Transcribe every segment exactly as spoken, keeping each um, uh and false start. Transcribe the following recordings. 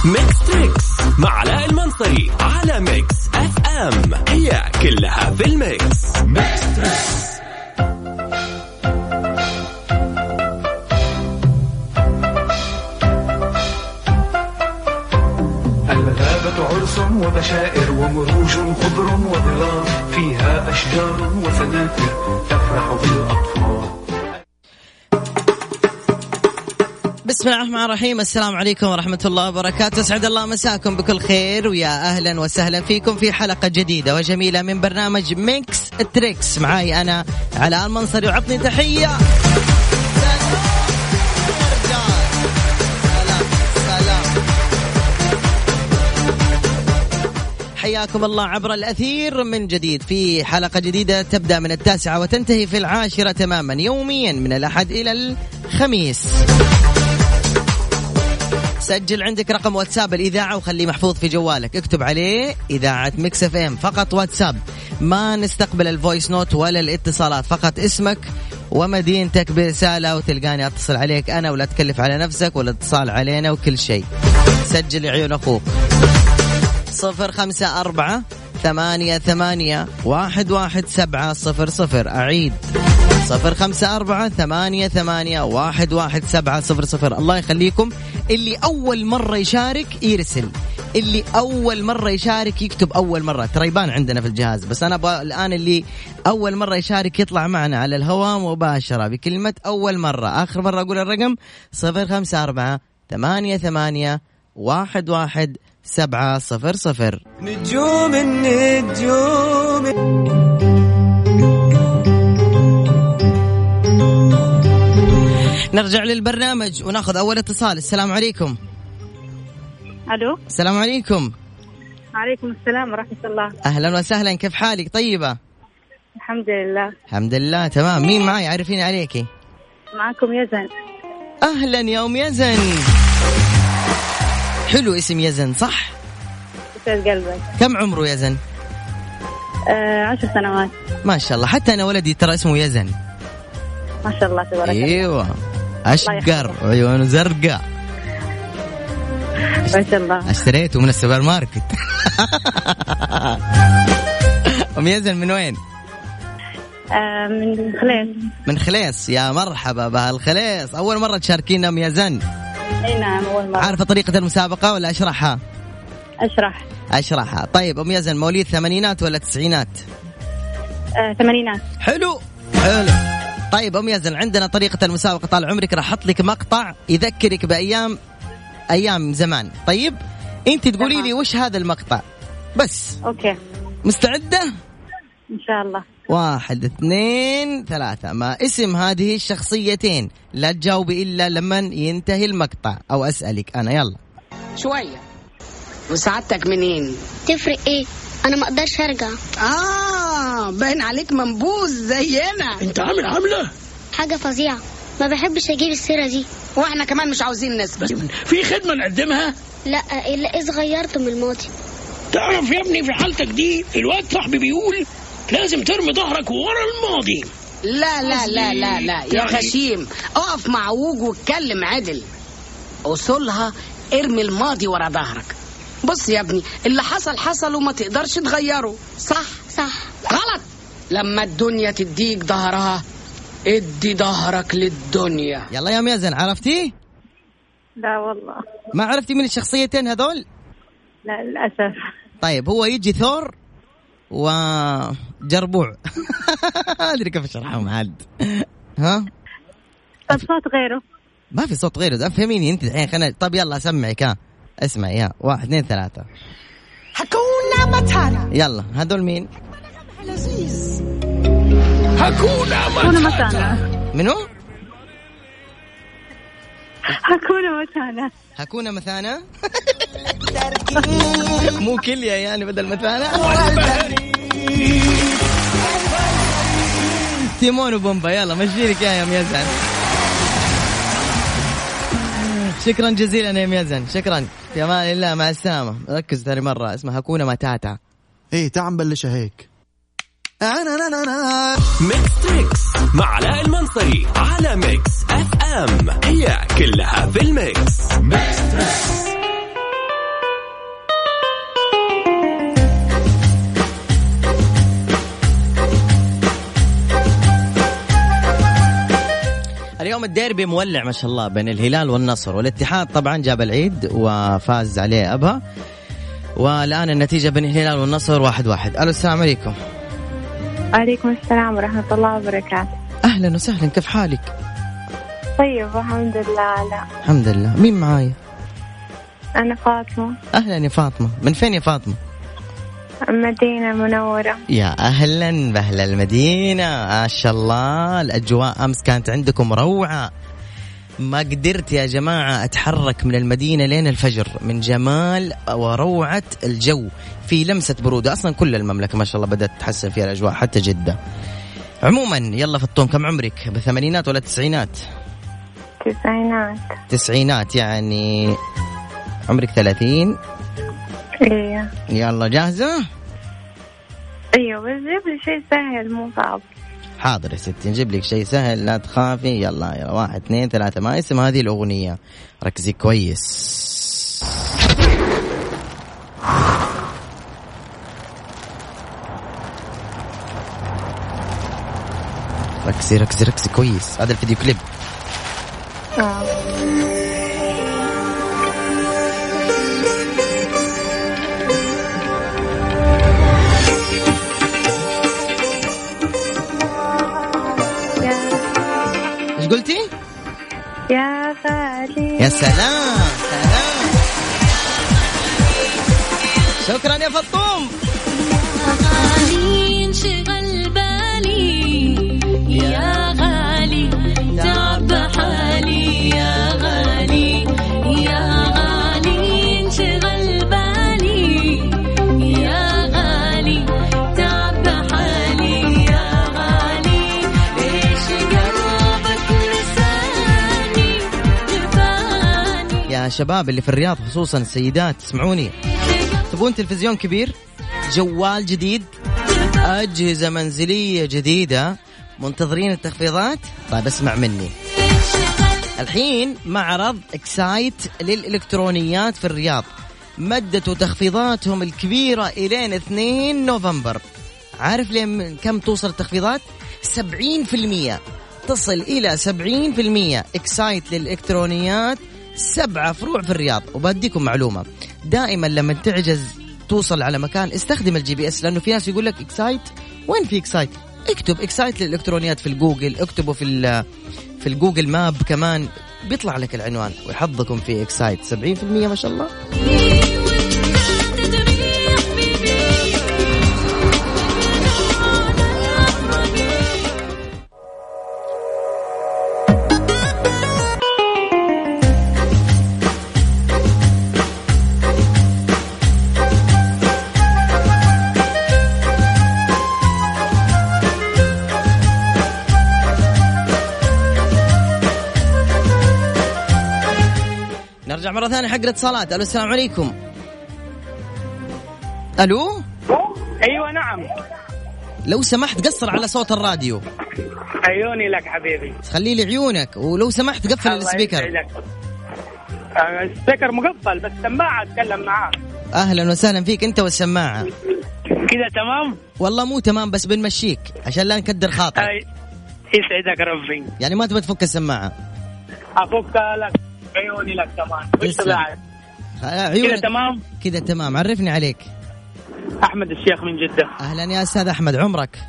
ميكس تريكس مع علاء المنصري على ميكس اف ام. هي كلها في الميكس. ميكس تريكس. المذابة عرس وبشائر ومروج خضر وظلال، فيها أشجار وسنافر تفرح بالأطفال. بسم الله الرحمن الرحيم. السلام عليكم ورحمة الله وبركاته. أسعد الله مساكم بكل خير، ويا أهلا وسهلا فيكم في حلقة جديدة وجميلة من برنامج ميكس تريكس. معاي أنا علاء المنصري، وعطني تحية. حياكم الله عبر الأثير من جديد في حلقة جديدة تبدأ من التاسعة وتنتهي في العاشرة تماما، يوميا من الأحد إلى الخميس. سجل عندك رقم واتساب الإذاعة وخليه محفوظ في جوالك، اكتب عليه إذاعة ميكس اف ام، فقط واتساب، ما نستقبل الفويس نوت ولا الاتصالات، فقط اسمك ومدينتك برسالة وتلقاني أتصل عليك أنا، ولا تكلف على نفسك ولا اتصال علينا وكل شيء. سجل عيون أخوك. صفر خمسة أربعة ثمانية ثمانية واحد واحد سبعة صفر صفر. أعيد صفر خمسة أربعة ثمانية ثمانية واحد واحد سبعة صفر صفر. الله يخليكم، اللي أول مرة يشارك يرسل، اللي أول مرة يشارك يكتب أول مرة، ترى يبان عندنا في الجهاز، بس أنا أبغى الآن اللي أول مرة يشارك يطلع معنا على الهواء مباشرة بكلمة أول مرة. آخر مرة أقول الرقم صفر خمسة أربعة ثمانية ثمانية واحد واحد سبعة صفر صفر. نجوم النجوم. نرجع للبرنامج وناخذ أول اتصال. السلام عليكم. ألو. السلام عليكم. عليكم السلام ورحمة الله. أهلا وسهلا، كيف حالك؟ طيبة؟ الحمد لله. الحمد لله تمام. مين معي؟ عارفين عليكي. معكم يزن. أهلا يا أم يزن. حلو اسم يزن، صح؟ يسعد قلبك. كم عمره يزن؟ آه عشر سنوات. ما شاء الله، حتى أنا ولدي ترى اسمه يزن. ما شاء الله تبارك الله. أيوة، أشقر عيونه زرقاء. ما شاء الله. اشتريته من السوبر ماركت. أم يزن من وين؟ آه من خليص. من خليص، يا مرحبا بهالخليص. أول مرة تشاركينا أم يزن؟ اي نعم اول مرة. عارفة طريقة المسابقة ولا أشرحها؟ اشرح. أشرحها. طيب أم يزن، مواليد ثمانينات ولا تسعينات؟ آه ثمانينات. حلو حلو. طيب أم يزن، عندنا طريقة المسابقة طال عمرك راح أحط لك مقطع يذكرك بأيام أيام زمان. طيب أنت تقولي لي وش هذا المقطع بس. أوكي. مستعدة؟ إن شاء الله. واحد اثنين ثلاثة. ما اسم هذه الشخصيتين؟ لا تجاوبي إلا لمن ينتهي المقطع أو أسألك أنا. يلا. شوية. وسعادتك منين؟ تفرق إيه؟ أنا ما أقدرش أرجع. آه باين عليك منبوذ زينا. أنت عامل عاملة حاجة فظيعة، ما بحبش أجيب السيرة دي. وإحنا كمان مش عاوزين نسبة. في خدمة نقدمها؟ لا، إلا إذا غيرت من الماضي. تعرف يا ابني في حالتك دي الواد صاحبي بيقول لازم ترمي ظهرك ورا الماضي. لا لا لا لا لا يا غشيم، اقف معوج واتكلم عدل. أصولها ارمي الماضي ورا ظهرك. بص يا ابني، اللي حصل حصل وما تقدرش تغيره، صح؟ صح. غلط. لما الدنيا تديك ظهرها ادي ظهرك للدنيا. يلا يا ميزن، عرفتي؟ لا والله ما عرفتي من الشخصيتين هذول؟ لا للأسف. طيب هو يجي ثور وجربوع. أدري كيف أشرحهم عاد. ها؟ طب صوت غيره؟ ما في صوت غيره، أفهميني أنت الحين. خلنا طب يلا أسمعك. ها اسمعي. يا واحد اثنين ثلاثة. هكونا متانا. يلا هذول مين؟ لذيذ. هكونا متانا. منو؟ هكونا متانا. هكونا مثانا. مو كلية يعني بدل مثانا. تيمون وبومبا. يلا مشيلك يا ميزان. شكرا جزيلا يا ميزان، شكرا. في امان الله، مع السلامة. ركز ثاني مرة، اسمها هكونا ماتاتا. ايه تعال نبلشها هيك. ميكس تريكس مع علاء المنصري على ميكس اف ام. هي كلها في الميكس. ميكس تريكس. اليوم الديربي مولع ما شاء الله بين الهلال والنصر، والاتحاد طبعا جاب العيد وفاز عليه أبها، والآن النتيجة بين الهلال والنصر واحد واحد. ألو السلام عليكم. وعليكم السلام ورحمة الله وبركاته. أهلا وسهلا، كيف حالك؟ طيب الحمد لله. لا الحمد لله. مين معايا؟ أنا فاطمة. أهلا يا فاطمة، من فين يا فاطمة؟ مدينة منورة. يا أهلا بأهل المدينة، ما شاء الله الأجواء أمس كانت عندكم روعة، ما قدرت يا جماعة أتحرك من المدينة لين الفجر من جمال وروعة الجو، في لمسة برودة. أصلا كل المملكة ما شاء الله بدأت تحسن فيها الأجواء حتى جدة. عموما يلا فطوم، كم عمرك؟ بالثمانينات ولا التسعينات؟ تسعينات. تسعينات يعني عمرك ثلاثين. ايه يلا جاهزة؟ ايوه بس جيب لي شيء سهل مو صعب. حاضر يا ستي نجيب لك شيء سهل لا تخافي. يلا يلا واحد اثنين ثلاثة. ما اسم هذه الأغنية؟ ركزي كويس. ركزي ركزي ركزي كويس، هذا الفيديو كليب. آه. ايش قلتي؟ يا غالي. يا سلام سلام، شكرا يا فطوم. غالي انشغل بالي يا غالي، تعب حالي يا غالي، يا غالي انشغل بالي يا غالي، تعب حالي يا غالي، ليش قلبك نساني جفاني. يا شباب اللي في الرياض خصوصا السيدات اسمعوني، تبون تلفزيون كبير، جوال جديد، أجهزة منزلية جديدة، منتظرين التخفيضات؟ طيب اسمع مني، الحين معرض اكسايت للإلكترونيات في الرياض مدتوا تخفيضاتهم الكبيرة إلين اثنين نوفمبر. عارف ليه كم توصل التخفيضات؟ سبعين في المية، تصل إلى سبعين في المية. اكسايت للإلكترونيات سبعة فروع في الرياض. وبديكم معلومة، دائما لما تعجز توصل على مكان استخدم الجي بي اس، لأنه في ناس يقول لك اكسايت، وين في اكسايت؟ اكتب اكسايت للإلكترونيات في الجوجل، اكتبوا في في الجوجل ماب كمان بيطلع لك العنوان، ويحظكم في اكسايت. سبعين في المية ما شاء الله. نرجع مرة ثانية حق الاتصالات. ألو السلام عليكم. ألو. أيوة نعم. لو سمحت قصر على صوت الراديو. عيوني لك حبيبي. خلي لي عيونك، ولو سمحت قفل السبيكر. السبيكر مقفل بس سماعة أتكلم معاه. أهلا وسهلا فيك أنت والسماعة. كذا تمام؟ والله مو تمام بس بنمشيك عشان لا نكدر خاطر. يسعدك ربي. يعني ما تبغى تفك السماعة؟ أفك لك. عيوني لك تمام. وش بعد؟ كذا تمام؟ كذا تمام. عرفني عليك. أحمد الشيخ من جدة. أهلا يا أستاذ أحمد، عمرك؟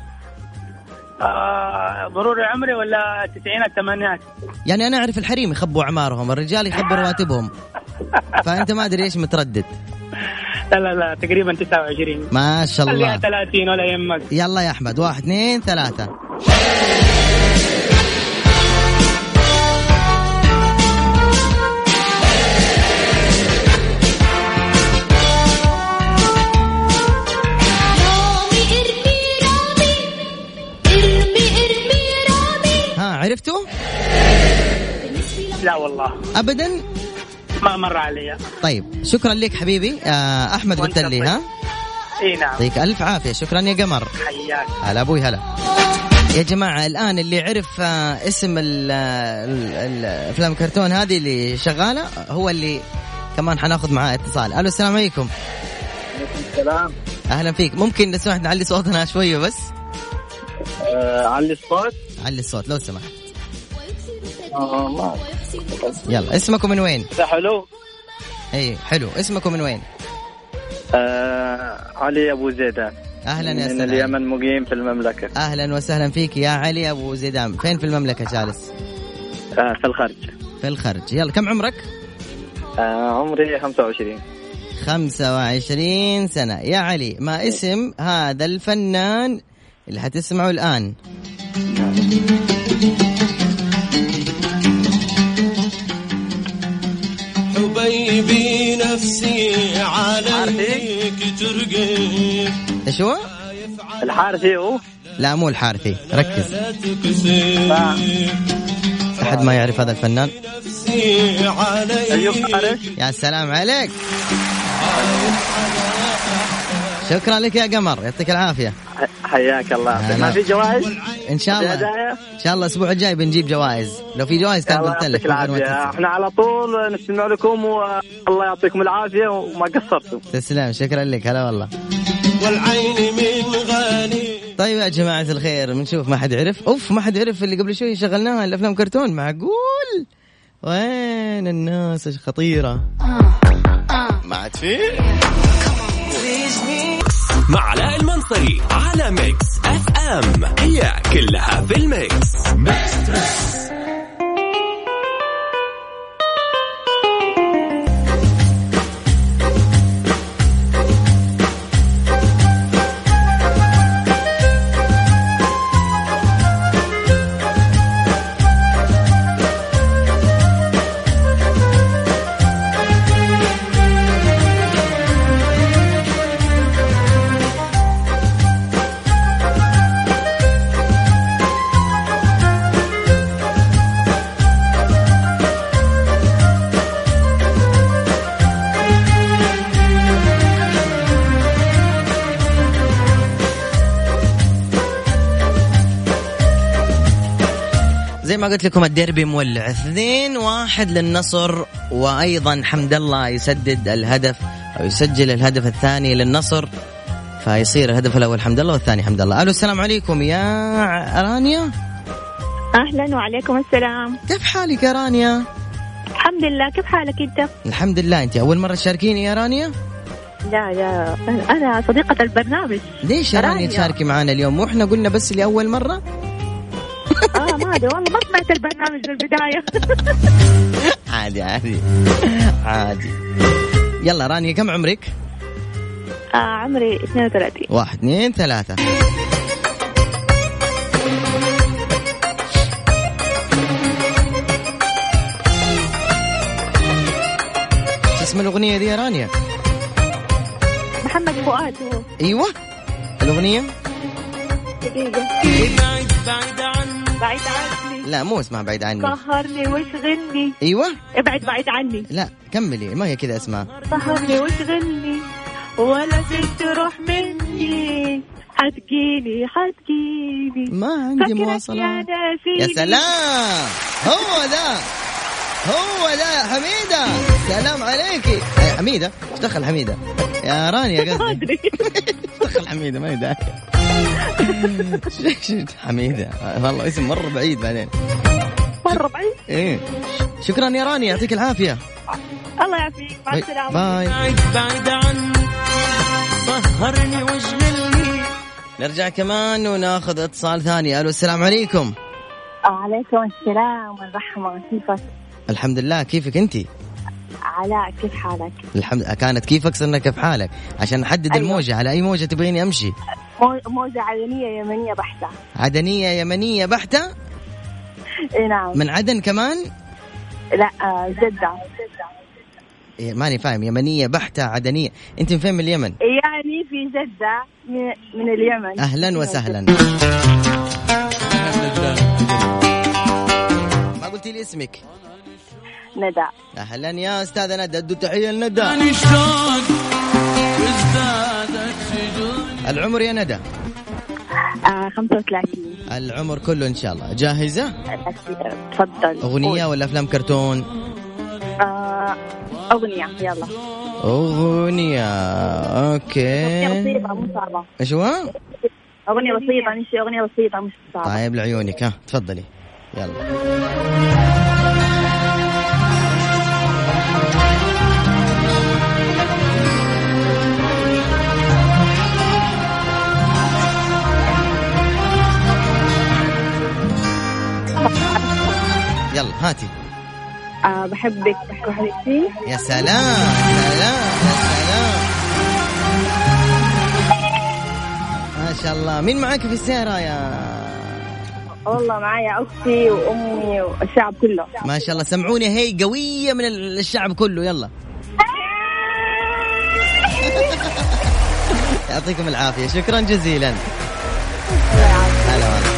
آه ضروري عمري ولا التسعينات الثمانينات؟ يعني أنا أعرف الحريم يخبوا أعمارهم، الرجال يخبوا رواتبهم، فأنت ما أدري إيش متردد. لا لا لا تقريبا تسعة وعشرين. ما شاء الله. خليها ثلاثين ولا يهمك. يلا يا أحمد، واحد اثنين ثلاثة. عرفتوا؟ لا والله أبدا ما مر علي. طيب شكرا لك حبيبي. آه أحمد قلت لي ها؟ إيه نعم. يعطيك ألف عافية. شكرا يا قمر. حياك. هلا أبوي هلا. يا جماعة الآن اللي عرف آه اسم الأفلام الكرتون هذه اللي شغالة هو اللي كمان حناخذ معاه اتصال. ألو السلام عليكم. عليكم السلام. أهلا فيك. ممكن لو سمحت نعلي صوتنا شوية بس؟ آه علي الصوت. علي الصوت لو سمحت. يلا اسمكم من وين؟ حلو. اي حلو، اسمكم من وين؟ آه علي ابو زيدان. اهلا يا من سلام. اليمن، مقيم في المملكة. اهلا وسهلا فيك يا علي ابو زيدان. فين في المملكة جالس؟ آه في الخارج. في الخارج. يلا كم عمرك؟ آه عمري خمسة وعشرين. خمسة وعشرين سنة. يا علي، ما اسم هذا الفنان اللي هتسمعه الآن؟ حبيبي نفسي عليك ترقب. ايش هو؟ الحارثي هو؟ لا مو الحارثي، ركز. أحد ما يعرف هذا الفنان؟ أيوب فارس. يا سلام عليك. شكرا لك يا قمر، يعطيك العافية. حياك الله. ما في جوائز؟ إن شاء الله إن شاء الله الأسبوع الجاي بنجيب جوائز. لو في جوائز كان قلت لك. احنا على طول نستمع لكم والله يعطيكم العافية وما قصرتم. تسلم، شكرا لك. هلا والله. والعين من غالي. طيب يا جماعة الخير، بنشوف ما حد عرف. أوف، ما حد عرف اللي قبل شوي شغلناها الأفلام كرتون. معقول؟ وين الناس خطيرة؟ ما عاد فيه. مع علاء المنصري على ميكس اف ام، هي كلها في الميكس. زي ما قلت لكم الديربي مولع. اثنين واحد للنصر، وأيضا حمد الله يسدد الهدف أو يسجل الهدف الثاني للنصر، فيصير الهدف الأول حمد الله والثاني حمد الله. ألو السلام عليكم يا رانيا. أهلا وعليكم السلام. كيف حالك يا رانيا؟ الحمد لله. كيف حالك أنت؟ الحمد لله. أنت أول مرة تشاركيني يا رانيا؟ لا لا أنا صديقة البرنامج. ليش يا رانيا تشاركي معنا اليوم؟ مو إحنا قلنا بس لأول مرة؟ اه ما ادري والله، ما سمعت البرنامج من البداية. عادي عادي عادي. يلا رانيا، كم عمرك؟ آه عمري اثنين وثلاثين. واحد اثنين ثلاثة. شو اسم الأغنية دي يا رانيا؟ محمد فؤاد هو. أيوة الأغنية. دقيقة. بعيد عني. بعيد عني. لا مو اسمها بعيد عني. سهرني واشغلني. ايوه ابعد بعيد عني. لا كملي، ما هي كذا اسمها. سهرني واشغلني ولا زلت تروح مني، حتجيني حتجيني ما عندي مواصلات. يا سلام، هو ده هو ده يا حميدة. سلام عليكي يا حميدة. ايش دخل حميدة يا رانيا؟ قصدي دخل حميدة، ما يدعي. حميدة والله اسم مرة بعيد بعدين. مرة بعيد. ايه شكرا يا رانيا، يعطيك العافية. الله يعافيك، مع السلامة. باي. بعيد عني سهرني واشغلني. نرجع كمان وناخذ اتصال ثاني. الو السلام عليكم. وعليكم السلام والرحمة. كيفك؟ الحمد لله. كيفك انتي؟ علاء كيف حالك؟ الحمد لله. كانت كيفك صرنا كيف حالك عشان نحدد. أيوة. الموجة على أي موجة تبغيني أمشي؟ موجة عدنية يمنية بحتة. عدنية يمنية بحتة؟ إيه نعم. من عدن كمان؟ لا جدة. إيه ماني فاهم. يمنية بحتة عدنية. أنت من فين من اليمن؟ يعني في جدة من اليمن. أهلا وسهلا. ما قلتي لي اسمك؟ ندى. أهلا يا أستاذة ندى. أدو تحية لندى. العمر يا ندى؟ آه خمسة وثلاثين. العمر كله إن شاء الله. جاهزة؟ تفضل. أغنية ولا أفلام كرتون؟ آه أغنية. يلا أغنية. أوكي. أغنية بسيطة مو صعبة. إيش هو؟ أغنية بسيطة. مش أغنية بسيطة مش صعبة. طيب لعيونك. ها تفضلي. يلا. هاتي. آه بحبك وحبيبتي. يا سلام سلام يا سلام ما شاء الله. مين معاك في السيارة يا؟ والله معايا أختي وأمي والشعب كله. ما شاء الله. سمعوني هي قوية من الشعب كله. يلا يعطيكم العافية. شكرا جزيلا. هلا والله.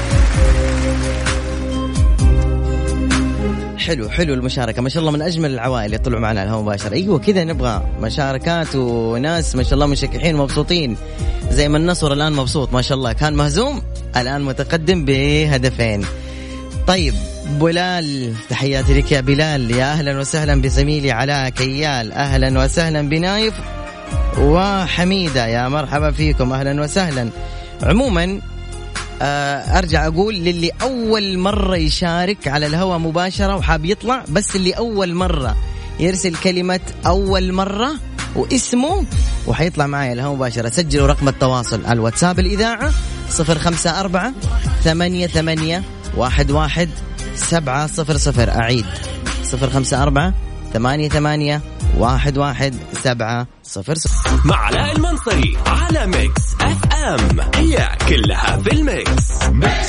حلو حلو المشاركة ما شاء الله. من أجمل العوائل اللي طلعوا معنا على الهواء مباشرة. أيوة كذا نبغى مشاركات وناس ما شاء الله مشكحين ومبسوطين زي ما النصر الآن مبسوط ما شاء الله. كان مهزوم الآن متقدم بهدفين. طيب بلال تحياتي لك يا بلال. يا أهلا وسهلا بزميلي علاء كيال. أهلا وسهلا بنايف وحميدة. يا مرحبا فيكم أهلا وسهلا. عموما أرجع أقول للي أول مرة يشارك على الهواء مباشرة وحاب يطلع بس اللي أول مرة يرسل كلمة أول مرة واسمه وحيطلع معي الهواء مباشرة. سجلوا رقم التواصل على الواتساب الإذاعة صفر خمسة أربعة ثمانية ثمانية واحد واحد سبعة صفر صفر. أعيد صفر خمسة أربعة ثمانية ثمانية واحد واحد سبعة صفر صفر. مع علاء المنصري على ميكس اف ام. هي كلها في الميكس.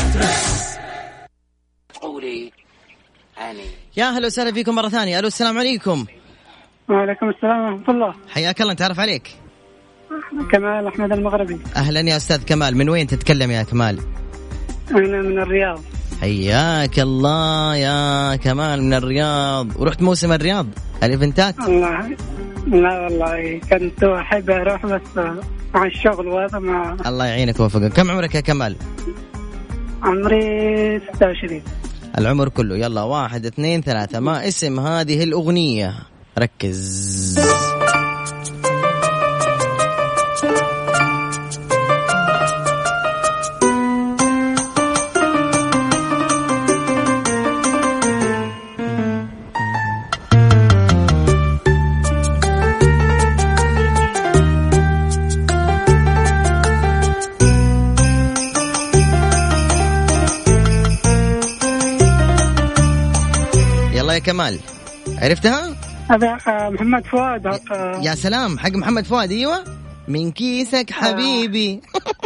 قولي أنا. يا أهلا وسهلا فيكم مرة ثانية. ألو السلام عليكم. وعليكم السلام ورحمة الله. حياك الله. نتعرف عليك. كمال أحمد المغربي. أهلا يا أستاذ كمال. من وين تتكلم يا كمال؟ أنا من الرياض. حياك الله يا كمال من الرياض. ورحت موسم الرياض الإيفنتات؟ الله لا والله كنت أحب أروح بس مع الشغل وهذا ما. الله يعينك ووفقك. كم عمرك يا كمال؟ عمري ستة وعشرين. العمر كله. يلا واحد اثنين ثلاثة. ما اسم هذه الأغنية؟ ركز. كمال عرفتها؟ هذا محمد فؤاد. يا سلام حق محمد فؤاد. ايوه من كيسك حبيبي.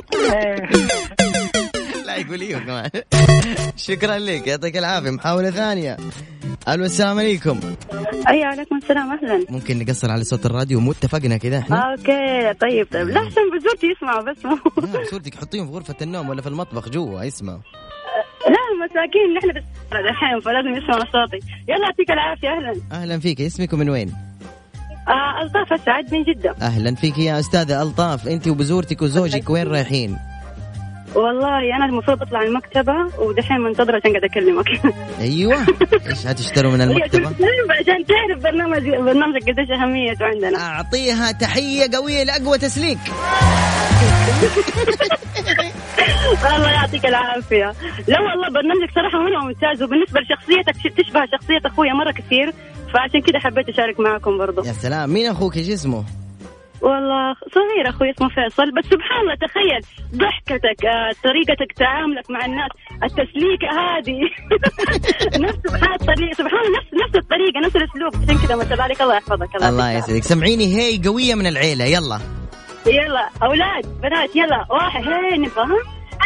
لا يقول ايوه كمان. شكرا لك يعطيك العافيه. محاوله ثانيه. الو السلام عليكم. اي عليكم السلام اهلا. ممكن نقصر على صوت الراديو مو اتفقنا كذا احنا؟ اوكي طيب طيب. لا احسن بزورتي يسمعوا بس مو بزورتك حطيهم في غرفه النوم ولا في المطبخ جوا يسمعوا. لا مساكين نحن بس الحين فلازم يسمعوا صوتي. يلا يعطيك العافيه. اهلا اهلا فيك. اسمك من وين؟ آه ألطاف السعد من جدة. اهلا فيك يا استاذه ألطاف. انت وبزورتك وزوجك وين رايحين؟ والله انا المفروض اطلع المكتبه ودحين منتظره عشان قاعده اكلمك. ايوه ايش هتشتروا من المكتبه؟ عشان تعرف برنامج برنامجك قديش اهميته عندنا. اعطيها تحيه قويه لاقوى تسليك. الله يعطيك العافيه. لا والله برنامجك صراحه هو ممتاز وبالنسبه لشخصيتك تشبه شخصيه اخويا مره كثير فعشان كده حبيت اشارك معكم برضه. يا سلام. مين اخوك ايش اسمه؟ والله صغير أخوي اسمه فيصل. بس سبحان الله تخيل ضحكتك طريقتك تعاملك مع الناس التسليكة هذه نفس سبحان الطريقة سبحان الله نفس نفس الطريقة نفس الأسلوب. عشان كذا ما شاء الله عليك. الله يحفظك. الله, الله يسعدك. سمعيني هي قوية من العيلة. يلا يلا أولاد بنات يلا واحد هي نبغى.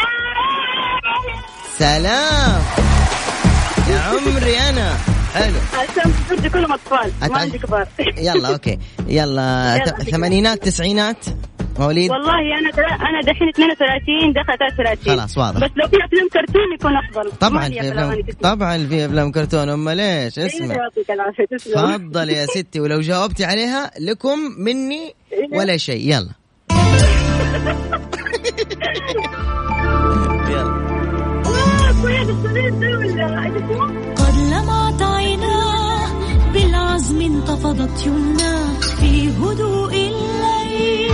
سلام يا عمري أنا. حلو. عشان بدي كلهم أطفال ما عندي كبار. يلا أوكي يلا. ثمانينات تسعينات مواليد. والله أنا أنا دحين اثنين وثلاثين دخلت ثلاثين. خلاص واضح. بس لو في أفلام كرتون يكون أفضل. طبعا في أفلام طبعا في أفلام كرتون. أم ليش اسمع. تفضل يا ستي. ولو جاوبتي عليها لكم مني ولا شيء. يلا يلا. قد لمعت عيناه بالعزم انتفضت يمناه في هدوء الليل.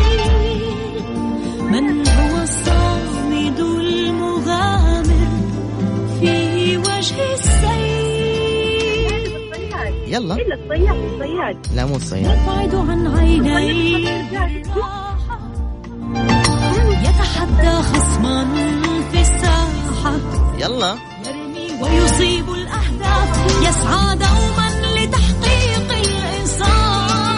من هو الصامد المغامر في وجه السيل؟ يلا إلا الصياد. الصياد لا مو الصياد. يبعد عن عينيه يتحدى خصما في الساحة. يلا يرمي ويصيب الأهداف. الأهداف يسعى دوما لتحقيق الإنصاف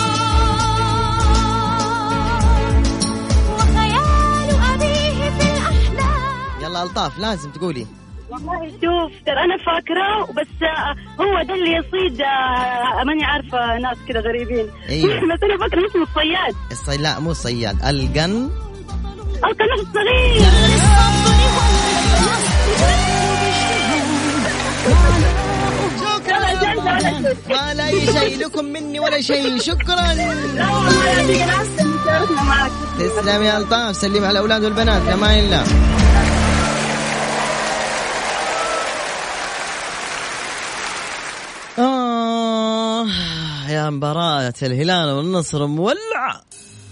وخيال أبيه في الأحلام. يلا ألطاف لازم تقولي. والله شوف ترى أنا فاكرة بس هو ده اللي يصيد ماني عارفة ناس كده غريبين. أيوة. بس أنا فاكرة اسمه الصياد. الصياد لا مو الصياد القن القناص الصغير. ما لا أي شيء لكم مني ولا شيء. شكرا. تسلم يا ألطاف. سلم على الأولاد والبنات في أمان الله. آه يا مباراة الهلال والنصر مولعة.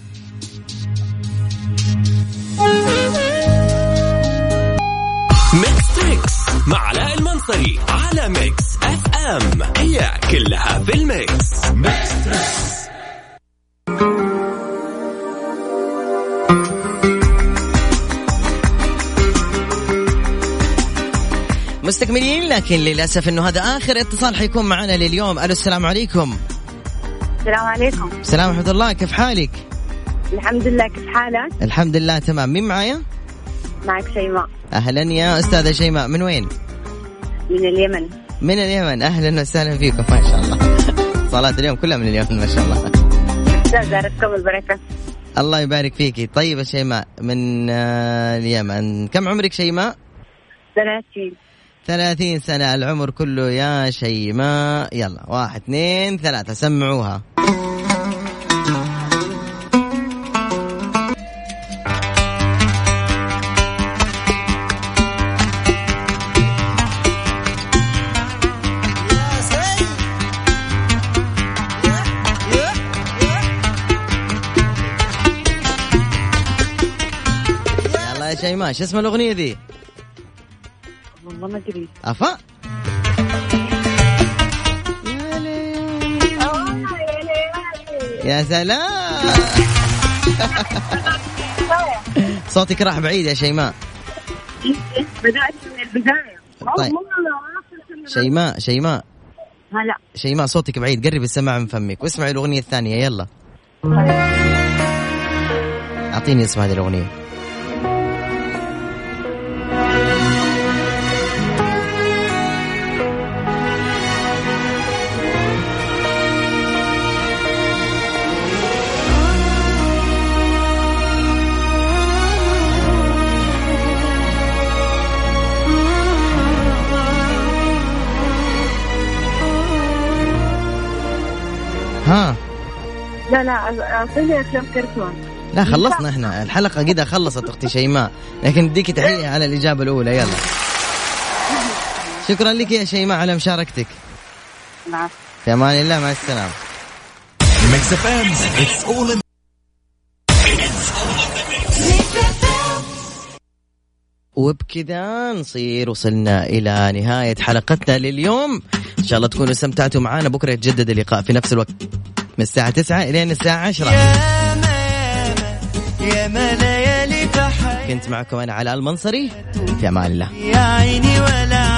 ميكس تريكس مع علاء المنصري على ميكس اف ام. هي كلها في الميكس. ميكس تريكس. مستكملين لكن للأسف أنه هذا آخر اتصال حيكون معنا لليوم. ألو السلام عليكم. السلام عليكم. السلام ورحمة الله. كيف حالك؟ الحمد لله. كيف حالك؟ الحمد لله تمام. مين معايا؟ معك شيماء. أهلا يا أستاذة شيماء. من وين؟ من اليمن. من اليمن. أهلا وسهلا فيكم. ما شاء الله صلاة اليوم كلها من اليمن ما شاء الله. زارتكم البركة. الله يبارك فيكي. طيب شيماء من اليمن. كم عمرك شيماء؟ ثلاثين. ثلاثين سنة. العمر كله يا شيماء. يلا واحد اثنين ثلاثة سمعوها. يلا يا شيماء شو اسم الأغنية ذي؟ والله ما أدري. أفا يا سلام. صوتك راح بعيد يا شيماء. بدأت من البداية. طيب. شيماء شيماء هلا شيماء صوتك بعيد. قرب السماعة من فمك واسمعي الأغنية الثانية. يلا أعطيني اسم هذه الأغنية. ها لا لا أعطيني أفلام كرتون. لا خلصنا احنا الحلقة كده خلصت أختي شيماء. لكن اديكي تحية على الإجابة الأولى. يلا شكرا لك يا شيماء على مشاركتك. نعم. في أمان الله. مع السلامة. وبكذا نصير وصلنا إلى نهاية حلقتنا لليوم. إن شاء الله تكونوا استمتعتوا معنا. بكرة يتجدد اللقاء في نفس الوقت من الساعة تسعة إلى الساعة عشرة. كنت معكم أنا علاء المنصري. في أمان الله. يا عيني ولا